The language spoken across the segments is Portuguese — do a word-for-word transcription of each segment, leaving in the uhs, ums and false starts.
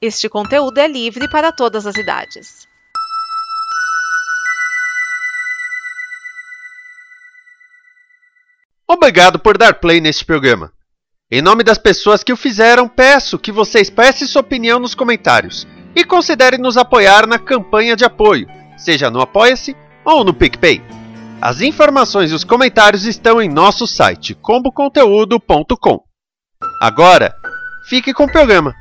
Este conteúdo é livre para todas as idades. Obrigado por dar play neste programa. Em nome das pessoas que o fizeram, peço que você expresse sua opinião nos comentários e considere nos apoiar na campanha de apoio, seja no Apoia-se ou no PicPay. As informações e os comentários estão em nosso site combo conteúdo ponto com. Agora, fique com o programa.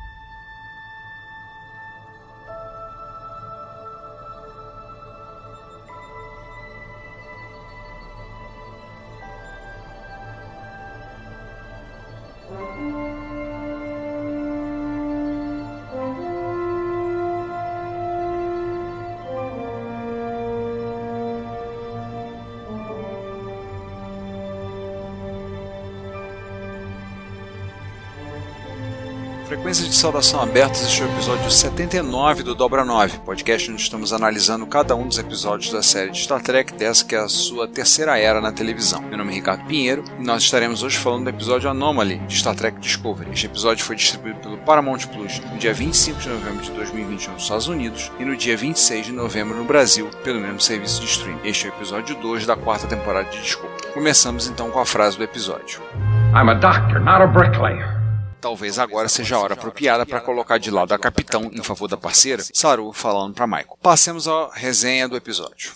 Frequências de saudação abertas, este é o episódio setenta e nove do Dobra nove, podcast onde estamos analisando cada um dos episódios da série de Star Trek, dessa que é a sua terceira era na televisão. Meu nome é Ricardo Pinheiro e nós estaremos hoje falando do episódio Anomaly de Star Trek Discovery. Este episódio foi distribuído pelo Paramount Plus no dia vinte e cinco de novembro de dois mil e vinte e um nos Estados Unidos e no dia vinte e seis de novembro no Brasil, pelo mesmo serviço de streaming. Este é o episódio dois da quarta temporada de Discovery. Começamos então com a frase do episódio. I'm a doctor, not a bricklayer. Talvez agora seja a hora apropriada para colocar de lado a capitão em favor da parceira, Saru falando para Michael. Passemos à resenha do episódio.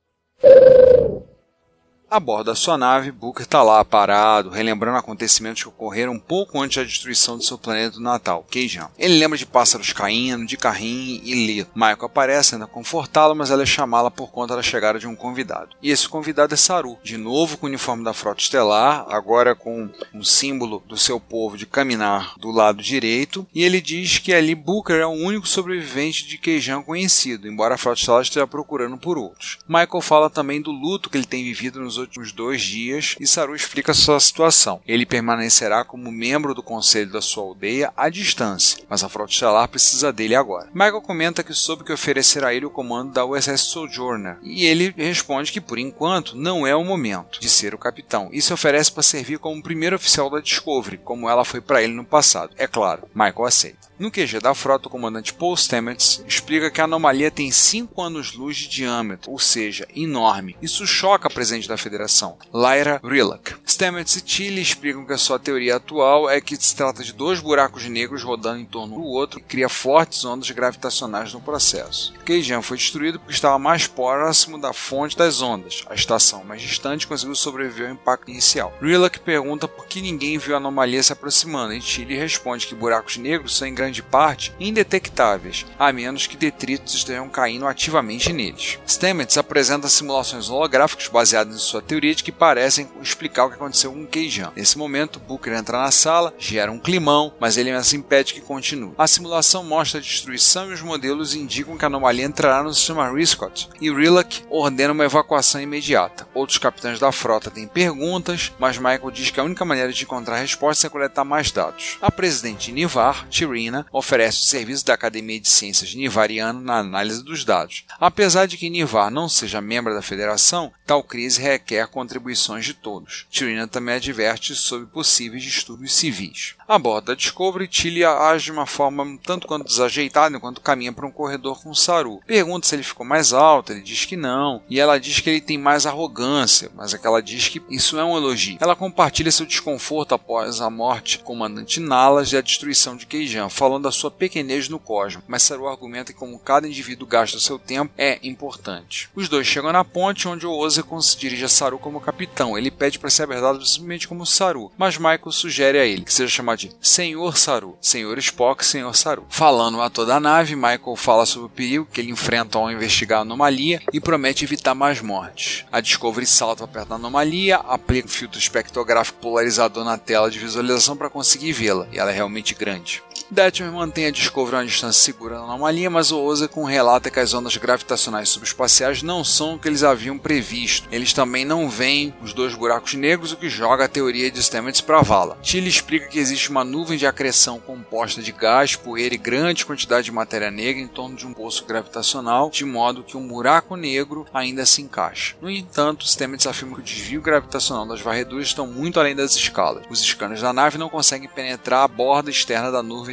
A bordo da sua nave, Booker está lá parado, relembrando acontecimentos que ocorreram um pouco antes da destruição do seu planeta natal, Keijan. Ele lembra de pássaros caindo, de carrinho e Leto. Michael aparece, ainda confortá-la, mas ela é chamá-la por conta da chegada de um convidado. E esse convidado é Saru, de novo com o uniforme da Frota Estelar, agora com um símbolo do seu povo de caminhar do lado direito, e ele diz que ali Booker é o único sobrevivente de Keijan conhecido, embora a Frota Estelar esteja procurando por outros. Michael fala também do luto que ele tem vivido nos últimos dois dias e Saru explica sua situação. Ele permanecerá como membro do conselho da sua aldeia à distância, mas a Frota Estelar precisa dele agora. Michael comenta que soube que oferecer a ele o comando da U S S Sojourner e ele responde que por enquanto não é o momento de ser o capitão e se oferece para servir como primeiro oficial da Discovery, como ela foi para ele no passado. É claro, Michael aceita. No Q G da frota, o comandante Paul Stamets explica que a anomalia tem cinco anos-luz de diâmetro, ou seja, enorme. Isso choca a presidente da Federação, Lyra Rilak. Stamets e Tilly explicam que a sua teoria atual é que se trata de dois buracos negros rodando em torno do outro e cria fortes ondas gravitacionais no processo. Keijan foi destruído porque estava mais próximo da fonte das ondas. A estação mais distante conseguiu sobreviver ao impacto inicial. Rilak pergunta por que ninguém viu a anomalia se aproximando e Tilly responde que buracos negros são em grande parte indetectáveis, a menos que detritos estejam caindo ativamente neles. Stamets apresenta simulações holográficas baseadas em sua teoria de que parecem explicar o que aconteceu com Keijan. Nesse momento, Booker entra na sala, gera um climão, mas ele assim impede que continue. A simulação mostra a destruição e os modelos indicam que a anomalia entrará no sistema Riscott, e Rilak ordena uma evacuação imediata. Outros capitães da frota têm perguntas, mas Michael diz que a única maneira de encontrar respostas é coletar mais dados. A presidente Nivar, T'Rina, oferece o serviço da Academia de Ciências Nivariana na análise dos dados. Apesar de que Nivar não seja membro da Federação, tal crise requer contribuições de todos. T'Rina também adverte sobre possíveis distúrbios civis. A bordo da Discovery, Tilly age de uma forma tanto quanto desajeitada enquanto caminha para um corredor com Saru. Pergunta se ele ficou mais alto, ele diz que não, e ela diz que ele tem mais arrogância, mas é que ela diz que isso é um elogio. Ela compartilha seu desconforto após a morte do comandante Nalas e a destruição de Keijan, falando da sua pequenez no cosmos, mas Saru argumenta que como cada indivíduo gasta seu tempo é importante. Os dois chegam na ponte onde o Ozekon se dirige a Saru como capitão. Ele pede para ser abordado simplesmente como Saru, mas Michael sugere a ele que seja chamado de Senhor Saru, Senhor Spock, Senhor Saru. Falando a toda a nave, Michael fala sobre o perigo que ele enfrenta ao investigar a anomalia e promete evitar mais mortes. A Discovery salta para perto da anomalia, aplica um filtro espectrográfico polarizador na tela de visualização para conseguir vê-la, e ela é realmente grande. Detmer mantém a Discovery a uma distância segura da anomalia, mas o Ozekon relata que as ondas gravitacionais subespaciais não são o que eles haviam previsto. Eles também não veem os dois buracos negros, o que joga a teoria de Stamets para a vala. Tilly explica que existe uma nuvem de acreção composta de gás, poeira e grande quantidade de matéria negra em torno de um poço gravitacional, de modo que um buraco negro ainda se encaixa. No entanto, Stamets afirma que o desvio gravitacional das varreduras estão muito além das escalas. Os scanners da nave não conseguem penetrar a borda externa da nuvem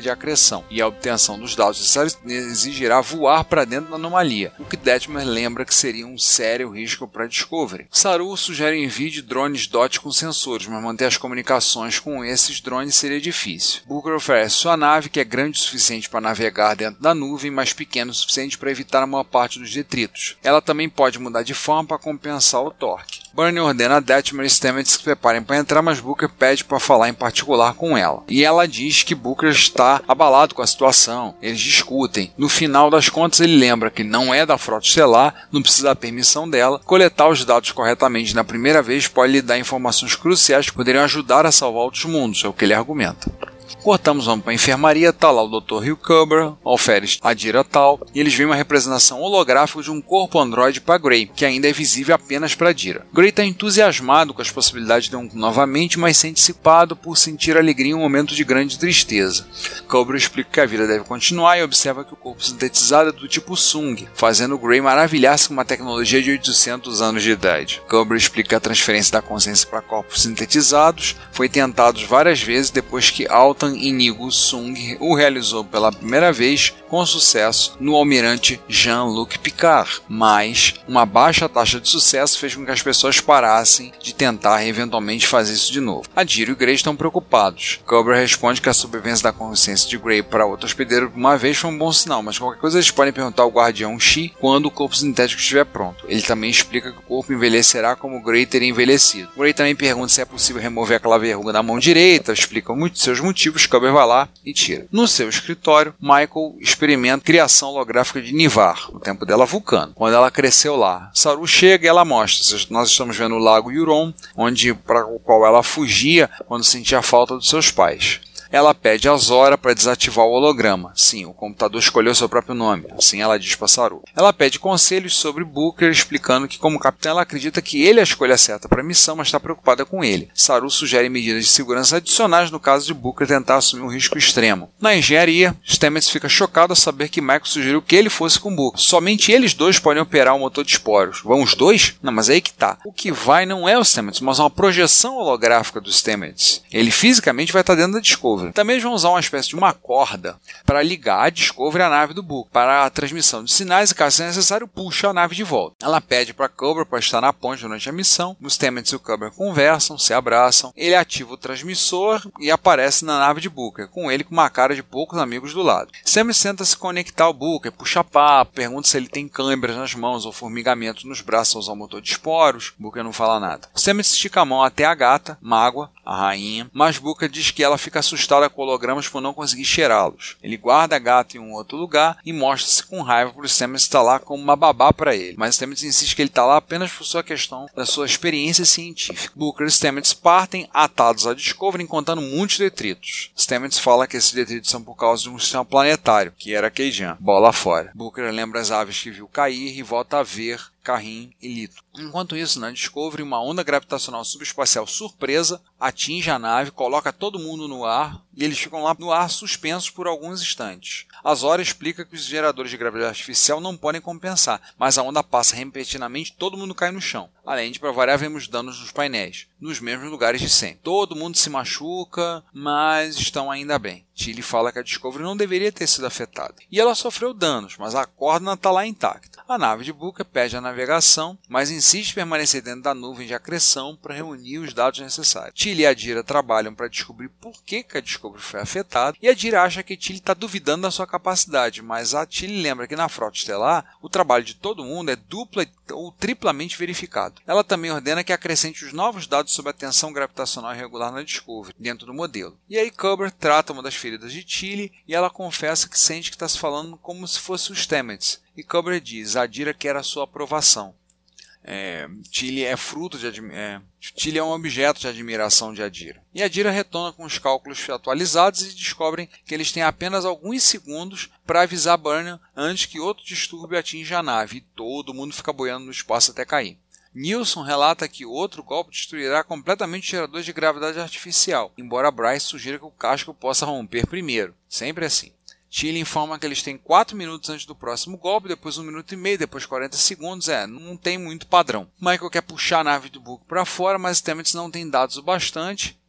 de acreção, e a obtenção dos dados necessários exigirá voar para dentro da anomalia, o que Detmer lembra que seria um sério risco para a Discovery. Saru sugere o envio de drones D O T com sensores, mas manter as comunicações com esses drones seria difícil. Booker oferece sua nave, que é grande o suficiente para navegar dentro da nuvem, mas pequena o suficiente para evitar a maior parte dos detritos. Ela também pode mudar de forma para compensar o torque. Burnham ordena a Detmer e Stamets que se preparem para entrar, mas Booker pede para falar em particular com ela. E ela diz que Booker está abalado com a situação. Eles discutem. No final das contas, ele lembra que não é da Frota Estelar, não precisa da permissão dela. Coletar os dados corretamente na primeira vez pode lhe dar informações cruciais que poderiam ajudar a salvar outros mundos, é o que ele argumenta. Cortamos, vamos para a enfermaria, tá lá o doutor Hugh Cubber, oferece a Adira Tal, e eles veem uma representação holográfica de um corpo androide para Gray, que ainda é visível apenas para Adira. Gray está entusiasmado com as possibilidades de um novamente, mas sente-se culpado por sentir alegria em um momento de grande tristeza. Cubber explica que a vida deve continuar e observa que o corpo sintetizado é do tipo Sung, fazendo Gray maravilhar-se com uma tecnologia de oitocentos anos de idade. Cubber explica que a transferência da consciência para corpos sintetizados foi tentado várias vezes depois que Altan Inigo Sung o realizou pela primeira vez com sucesso no almirante Jean-Luc Picard, mas uma baixa taxa de sucesso fez com que as pessoas parassem de tentar e eventualmente fazer isso de novo. Adira e Gray estão preocupados. Cobra responde que a sobrevivência da consciência de Gray para outro hospedeiro uma vez foi um bom sinal, mas qualquer coisa eles podem perguntar ao guardião Xi quando o corpo sintético estiver pronto. Ele também explica que o corpo envelhecerá como Gray teria envelhecido. Gray também pergunta se é possível remover aquela verruga da mão direita, explica muitos seus motivos. Cubber vai lá e tira. No seu escritório, Michael experimenta a criação holográfica de Nivar, no tempo dela Vulcano, quando ela cresceu lá. Saru chega e ela mostra. Nós estamos vendo o lago Yuron, onde para o qual ela fugia quando sentia falta dos seus pais. Ela pede a Zora para desativar o holograma. Sim, o computador escolheu seu próprio nome, assim ela diz para Saru. Ela pede conselhos sobre Booker, explicando que como capitã ela acredita que ele é a escolha certa para a missão, mas está preocupada com ele. Saru sugere medidas de segurança adicionais no caso de Booker tentar assumir um risco extremo. Na engenharia, Stamets fica chocado ao saber que Michael sugeriu que ele fosse com Booker. Somente eles dois podem operar o motor de esporos. Vão os dois? Não, mas é aí que tá. O que vai não é o Stamets, mas uma projeção holográfica do Stamets. Ele fisicamente vai estar dentro da Discovery. Também eles vão usar uma espécie de uma corda para ligar a Discovery à nave do Booker, para a transmissão de sinais e, caso seja necessário, puxa a nave de volta. Ela pede para Cubber para estar na ponte durante a missão. Os Stamets e o Cubber conversam, se abraçam. Ele ativa o transmissor e aparece na nave de Booker, com ele com uma cara de poucos amigos do lado. Stamets tenta se conectar ao Booker, puxa papo, pergunta se ele tem câimbras nas mãos ou formigamento nos braços ao usar o motor de esporos. Booker não fala nada. Stamets estica a mão até a gata, Mágoa, a rainha, mas Booker diz que ela fica assustada com hologramas por não conseguir cheirá-los. Ele guarda a gata em um outro lugar e mostra-se com raiva por Stamets estar lá como uma babá para ele, mas Stamets insiste que ele está lá apenas por sua questão da sua experiência científica. Booker e Stamets partem atados à Discovery encontrando muitos detritos. Stamets fala que esses detritos são por causa de um sistema planetário, que era Keijan, bola fora. Booker lembra as aves que viu cair e volta a ver Carrim e Lito. Enquanto isso, na Discovery, uma onda gravitacional subespacial surpresa atinge a nave, coloca todo mundo no ar e eles ficam lá no ar suspensos por alguns instantes. A Zora explica que os geradores de gravidade artificial não podem compensar, mas a onda passa repentinamente e todo mundo cai no chão. Além de, para variar, vemos danos nos painéis, nos mesmos lugares de sempre. Todo mundo se machuca, mas estão ainda bem. Tilly fala que a Discovery não deveria ter sido afetada. E ela sofreu danos, mas a corda está lá intacta. A nave de Booker pede a navegação, mas insiste em permanecer dentro da nuvem de acreção para reunir os dados necessários. Tilly e a Adira trabalham para descobrir por que, que a Discovery foi afetada, e a Adira acha que Tilly está duvidando da sua capacidade, mas a Tilly lembra que na Frota Estelar o trabalho de todo mundo é dupla ou triplamente verificado. Ela também ordena que acrescente os novos dados sobre a tensão gravitacional irregular na Discovery, dentro do modelo. E aí Cubber trata uma das feridas de Tilly e ela confessa que sente que está se falando como se fosse o Stamets. E Cubber diz, a Adira quer a sua aprovação. É, Tilly é fruto de é, Tilly é um objeto de admiração de Adira. E Adira retorna com os cálculos atualizados e descobrem que eles têm apenas alguns segundos para avisar Burnham antes que outro distúrbio atinja a nave e todo mundo fica boiando no espaço até cair. Nilsson relata que outro golpe destruirá completamente o gerador de gravidade artificial, embora Bryce sugira que o casco possa romper primeiro. Sempre assim. Tilly informa que eles têm quatro minutos antes do próximo golpe, depois um minuto e meio, depois quarenta segundos. É, não tem muito padrão. Michael quer puxar a nave do Booker para fora, mas Stamets não tem dados o bastante e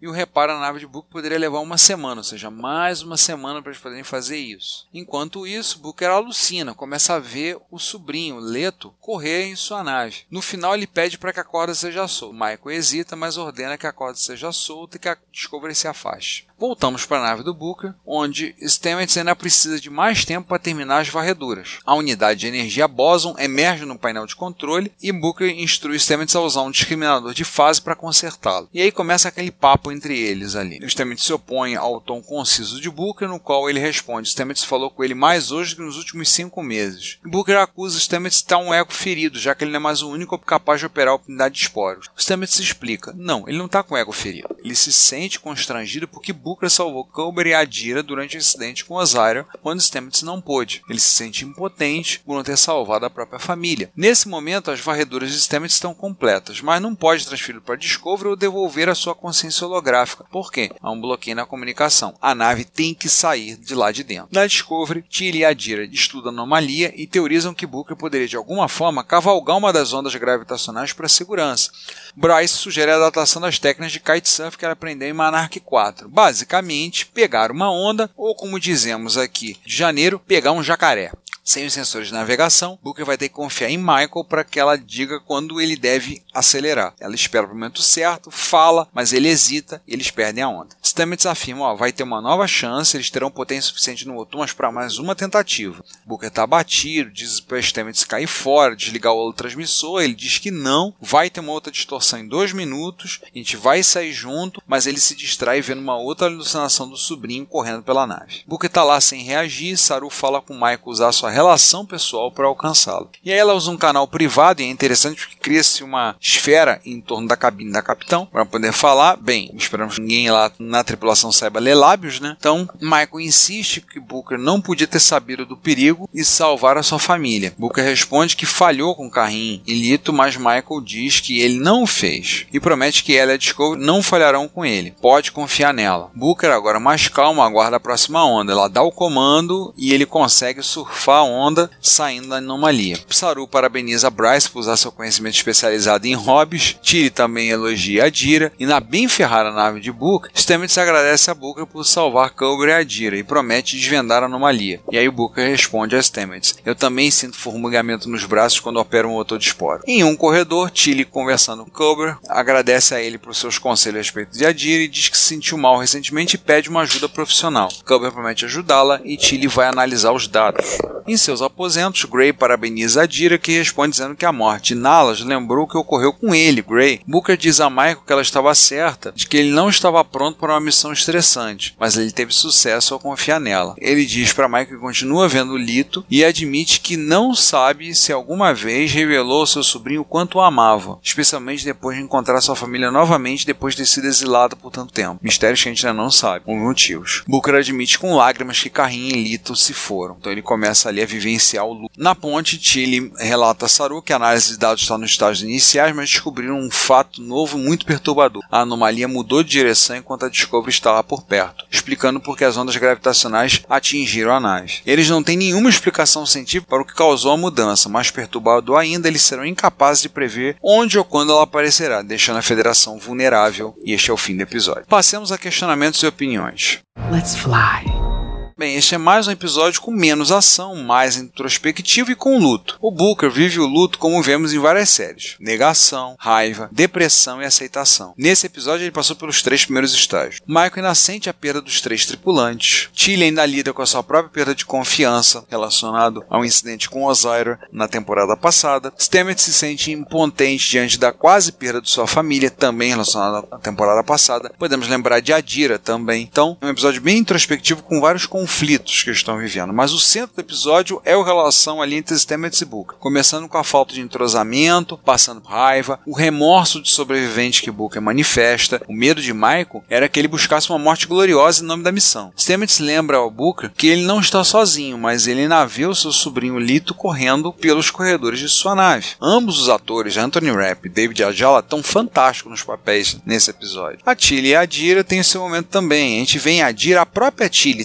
e o reparo na nave de Booker poderia levar uma semana, ou seja, mais uma semana para eles poderem fazer isso. Enquanto isso, Booker alucina, começa a ver o sobrinho, Leto, correr em sua nave. No final, ele pede para que a corda seja solta. Michael hesita, mas ordena que a corda seja solta e que a Discovery se afaste. Voltamos para a nave do Booker, onde Stamets ainda precisa de mais tempo para terminar as varreduras. A unidade de energia Boson emerge no painel de controle e Booker instrui Stamets a usar um discriminador de fase para consertá-lo. E aí começa aquele papo entre eles ali. Stamets se opõe ao tom conciso de Booker, no qual ele responde: Stamets falou com ele mais hoje do que nos últimos cinco meses. E Booker acusa Stamets de estar um ego ferido, já que ele não é mais o único capaz de operar a unidade de esporos. Stamets explica: não, ele não está com ego ferido. Ele se sente constrangido porque Booker salvou Culber e Adira durante o incidente com Osyraa, quando Stamets não pôde. Ele se sente impotente por não ter salvado a própria família. Nesse momento, as varreduras de Stamets estão completas, mas não pode transferi-lo para Discovery ou devolver a sua consciência holográfica. Por quê? Há um bloqueio na comunicação. A nave tem que sair de lá de dentro. Na Discovery, Tilly e Adira estudam a anomalia e teorizam que Booker poderia de alguma forma cavalgar uma das ondas gravitacionais para segurança. Bryce sugere a adaptação das técnicas de kitesurf que ela aprendeu em Monarch quatro. Basicamente, pegar uma onda, ou como dizemos aqui de janeiro, pegar um jacaré. Sem os sensores de navegação, Booker vai ter que confiar em Michael para que ela diga quando ele deve acelerar. Ela espera o momento certo, fala, mas ele hesita e eles perdem a onda. Stamets afirma, ó, vai ter uma nova chance, eles terão potência suficiente no motor, mas para mais uma tentativa. Booker está abatido, diz para Stamets cair fora, desligar o transmissor, ele diz que não, vai ter uma outra distorção em dois minutos, a gente vai sair junto, mas ele se distrai vendo uma outra alucinação do sobrinho correndo pela nave. Booker está lá sem reagir, Saru fala com Michael usar sua relação pessoal para alcançá-lo. E aí ela usa um canal privado, e é interessante porque cria-se uma esfera em torno da cabine da capitão para poder falar. Bem, esperamos que ninguém lá na tripulação saiba ler lábios, né? Então, Michael insiste que Booker não podia ter sabido do perigo e salvar a sua família. Booker responde que falhou com Carrin e Lito, mas Michael diz que ele não o fez e promete que ela e a Discovery não falharão com ele. Pode confiar nela. Booker, agora mais calmo, aguarda a próxima onda. Ela dá o comando e ele consegue surfar a onda saindo da anomalia. Saru parabeniza Bryce por usar seu conhecimento especializado em hobbies. Tilly também elogia Adira e na bem ferrada nave de Booker, Stamets agradece a Booker por salvar Culber e Adira e promete desvendar a anomalia. E aí o Booker responde a Stamets: eu também sinto formigamento nos braços quando opero um motor de esporo. Em um corredor, Tilly, conversando com Culber, agradece a ele por seus conselhos a respeito de Adira e diz que se sentiu mal recentemente e pede uma ajuda profissional. Culber promete ajudá-la e Tilly vai analisar os dados. Em seus aposentos, Gray parabeniza Adira, que responde dizendo que a morte de Nalas lembrou o que ocorreu com ele, Gray. Booker diz a Michael que ela estava certa, de que ele não estava pronto para uma missão estressante, mas ele teve sucesso ao confiar nela. Ele diz para Michael que continua vendo Lito e admite que não sabe se alguma vez revelou ao seu sobrinho o quanto o amava, especialmente depois de encontrar sua família novamente depois de ter sido exilado por tanto tempo. Mistérios que a gente ainda não sabe, por motivos. Booker admite com lágrimas que Carrin e Lito se foram, então ele começa ali a vivenciar o luto. Na ponte, Tilly relata a Saru que a análise de dados está nos estágios iniciais, mas descobriram um fato novo muito perturbador. A anomalia mudou de direção enquanto a Discovery estava por perto, explicando por que as ondas gravitacionais atingiram a nave. Eles não têm nenhuma explicação científica para o que causou a mudança, mas perturbador ainda, eles serão incapazes de prever onde ou quando ela aparecerá, deixando a Federação vulnerável. E este é o fim do episódio. Passemos a questionamentos e opiniões. Let's fly. Bem, este é mais um episódio com menos ação, mais introspectivo e com luto. O Booker vive o luto como vemos em várias séries: negação, raiva, depressão e aceitação. Nesse episódio ele passou pelos três primeiros estágios. Michael ainda sente a perda dos três tripulantes. Tilly ainda lida com a sua própria perda de confiança relacionado ao incidente com Osyraa na temporada passada. Stamets se sente impotente diante da quase perda de sua família, também relacionada à temporada passada. Podemos lembrar de Adira também. Então, é um episódio bem introspectivo com vários conflitos conflitos que estão vivendo, mas o centro do episódio é a relação ali entre Stamets e Booker, começando com a falta de entrosamento, passando por raiva, o remorso de sobrevivente que Booker manifesta, o medo de Michael era que ele buscasse uma morte gloriosa em nome da missão. Stamets lembra ao Booker que ele não está sozinho, mas ele ainda vê o seu sobrinho Lito correndo pelos corredores de sua nave. Ambos os atores, Anthony Rapp e David Ajala, estão fantásticos nos papéis nesse episódio. A Tilly e a Adira têm o seu momento também. A gente vê em Adira a própria Tilly, três temporadas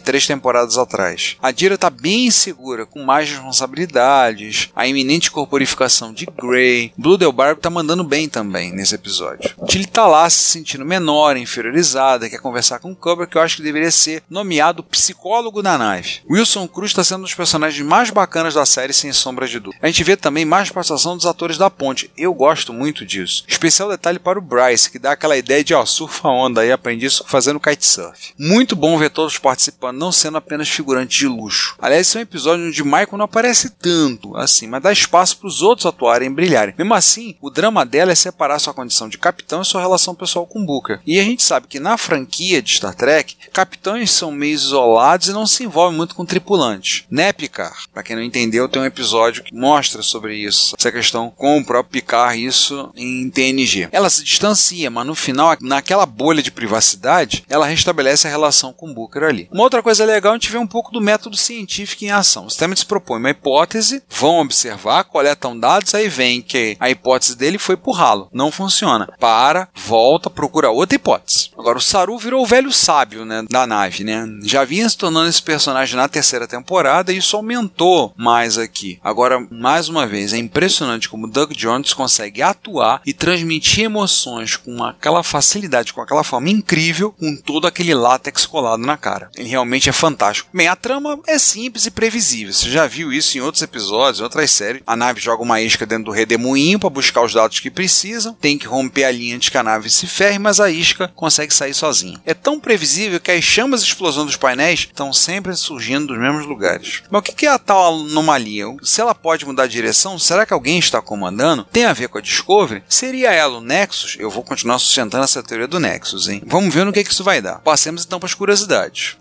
temporadas atrás. A Dira tá bem insegura, com mais responsabilidades, a iminente corporificação de Grey. Blue Delbarbe tá mandando bem também nesse episódio. Tilly tá lá se sentindo menor, inferiorizada, quer conversar com Cobra, que eu acho que deveria ser nomeado psicólogo da nave. Wilson Cruz está sendo um dos personagens mais bacanas da série, sem sombra de dúvida. A gente vê também mais participação dos atores da ponte. Eu gosto muito disso. Especial detalhe para o Bryce, que dá aquela ideia de, ó, surfa onda aí, aprendi isso fazendo kitesurf. Muito bom ver todos participando, não sendo apenas figurantes de luxo. Aliás, esse é um episódio onde Michael não aparece tanto, assim, mas dá espaço para os outros atuarem e brilharem. Mesmo assim, o drama dela é separar sua condição de capitão e sua relação pessoal com Booker. E a gente sabe que na franquia de Star Trek, capitães são meio isolados e não se envolvem muito com tripulantes. Né, Picard? Pra quem não entendeu, tem um episódio que mostra sobre isso, essa questão com o próprio Picard, isso em T N G. Ela se distancia, mas no final, naquela bolha de privacidade, ela restabelece a relação com Booker ali. Uma outra coisa legal, a gente vê um pouco do método científico em ação. O sistema se propõe uma hipótese, vão observar, coletam dados, aí vem que a hipótese dele foi pro ralo. Não funciona. Para, volta, procura outra hipótese. Agora, o Saru virou o velho sábio, né, da nave, né? Já vinha se tornando esse personagem na terceira temporada e isso aumentou mais aqui. Agora, mais uma vez, é impressionante como Doug Jones consegue atuar e transmitir emoções com aquela facilidade, com aquela forma incrível, com todo aquele látex colado na cara. Ele realmente é fantástico. Bem, a trama é simples e previsível. Você já viu isso em outros episódios, em outras séries. A nave joga uma isca dentro do redemoinho para buscar os dados que precisam, tem que romper a linha antes que a nave se ferre, mas a isca consegue sair sozinha. É tão previsível que as chamas e explosões dos painéis estão sempre surgindo dos mesmos lugares. Mas o que é a tal anomalia? Se ela pode mudar de direção, será que alguém está comandando? Tem a ver com a Discovery? Seria ela o Nexus? Eu vou continuar sustentando essa teoria do Nexus, hein? Vamos ver no que, que isso vai dar. Passemos então para as curiosidades.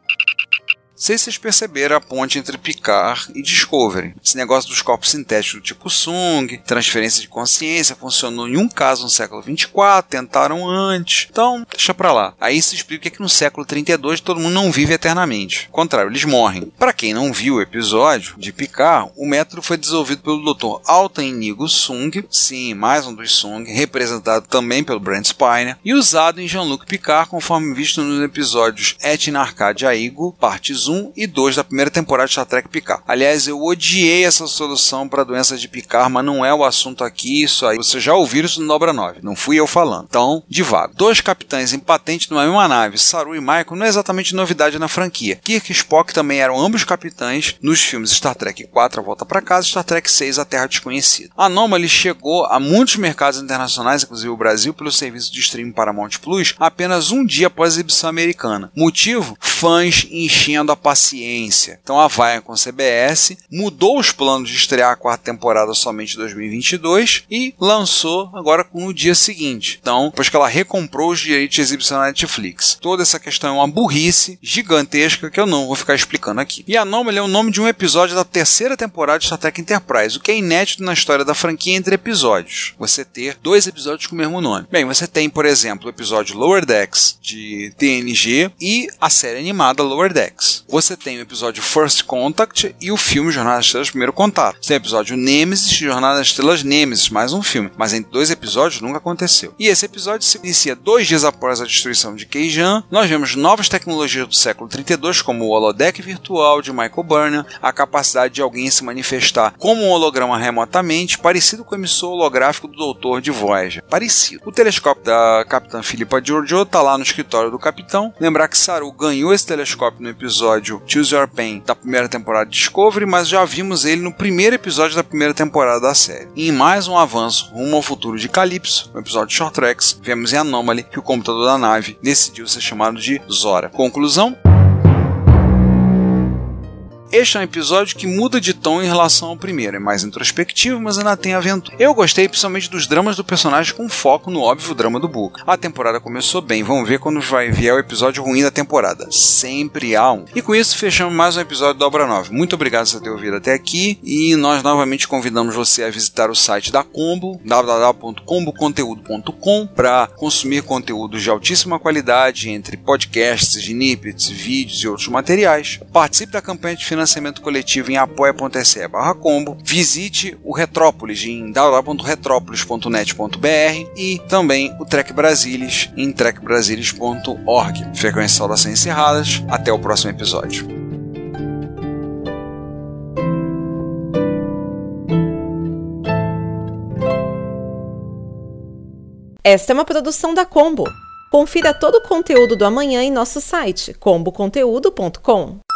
Não sei se vocês perceberam a ponte entre Picard e Discovery. Esse negócio dos corpos sintéticos do tipo Sung, transferência de consciência, funcionou em um caso no século vinte e quatro, tentaram antes. Então, deixa pra lá. Aí se explica que no século trinta e dois todo mundo não vive eternamente. Ao contrário, eles morrem. Para quem não viu o episódio de Picard, o método foi desenvolvido pelo doutor Altan Inigo Sung, sim, mais um dos Sung, representado também pelo Brent Spiner, e usado em Jean-Luc Picard, conforme visto nos episódios Et in Arcadia Ego, partes um e dois da primeira temporada de Star Trek Picard. Aliás, eu odiei essa solução para a doença de Picard, mas não é o assunto aqui, isso aí. Vocês já ouviram isso no Dobra nove, não fui eu falando. Então, devagar. Dois capitães em patente numa mesma nave, Saru e Michael, não é exatamente novidade na franquia. Kirk e Spock também eram ambos capitães nos filmes Star Trek quatro, A Volta para Casa, e Star Trek seis, A Terra Desconhecida. A Anomaly chegou a muitos mercados internacionais, inclusive o Brasil, pelo serviço de streaming Paramount Plus, apenas um dia após a exibição americana. Motivo? Fãs enchendo a paciência. Então a Viacom C B S mudou os planos de estrear a quarta temporada somente em dois mil e vinte e dois e lançou agora no dia seguinte. Então, depois que ela recomprou os direitos de exibição na Netflix. Toda essa questão é uma burrice gigantesca que eu não vou ficar explicando aqui. E a Anomaly é o nome de um episódio da terceira temporada de Star Trek Enterprise, o que é inédito na história da franquia entre episódios. Você ter dois episódios com o mesmo nome. Bem, você tem, por exemplo, o episódio Lower Decks de T N G e a série animada Lower Decks. Você tem o episódio First Contact e o filme Jornada das Estrelas Primeiro Contato. Você tem o episódio Nemesis e Jornada das Estrelas Nemesis, mais um filme. Mas entre dois episódios nunca aconteceu. E esse episódio se inicia dois dias após a destruição de Keijan. Nós vemos novas tecnologias do século trinta e dois, como o holodeck virtual de Michael Burnham, a capacidade de alguém se manifestar como um holograma remotamente, parecido com o emissor holográfico do Doutor de Voyager. Parecido. O telescópio da Capitã Philippa Georgiou está lá no escritório do capitão. Lembrar que Saru ganhou esse telescópio no episódio Choose Your Pain da primeira temporada de Discovery, mas já vimos ele no primeiro episódio da primeira temporada da série. E em mais um avanço rumo ao futuro de Calypso, no episódio de Short Tracks, vemos em Anomaly que o computador da nave decidiu ser chamado de Zora. Conclusão? Este é um episódio que muda de tom em relação ao primeiro, é mais introspectivo, mas ainda tem aventura. Eu gostei principalmente dos dramas do personagem com foco no óbvio drama do Booker. A temporada começou bem, vamos ver quando vai vier o episódio ruim da temporada. Sempre há um. E com isso fechamos mais um episódio da Dobra nove. Muito obrigado por ter ouvido até aqui e nós novamente convidamos você a visitar o site da Combo, w w w ponto combo conteúdo ponto com, para consumir conteúdos de altíssima qualidade entre podcasts, snippets, vídeos e outros materiais. Participe da campanha de financiamento financiamento coletivo em apoia.se barra combo, visite o Retrópolis em w w w ponto retrópolis ponto net ponto b r e também o Trek Brasilis em trek brasilis ponto org. Frequências de saudações encerradas, até o próximo episódio. Esta é uma produção da Combo. Confira todo o conteúdo do amanhã em nosso site combo conteúdo ponto com.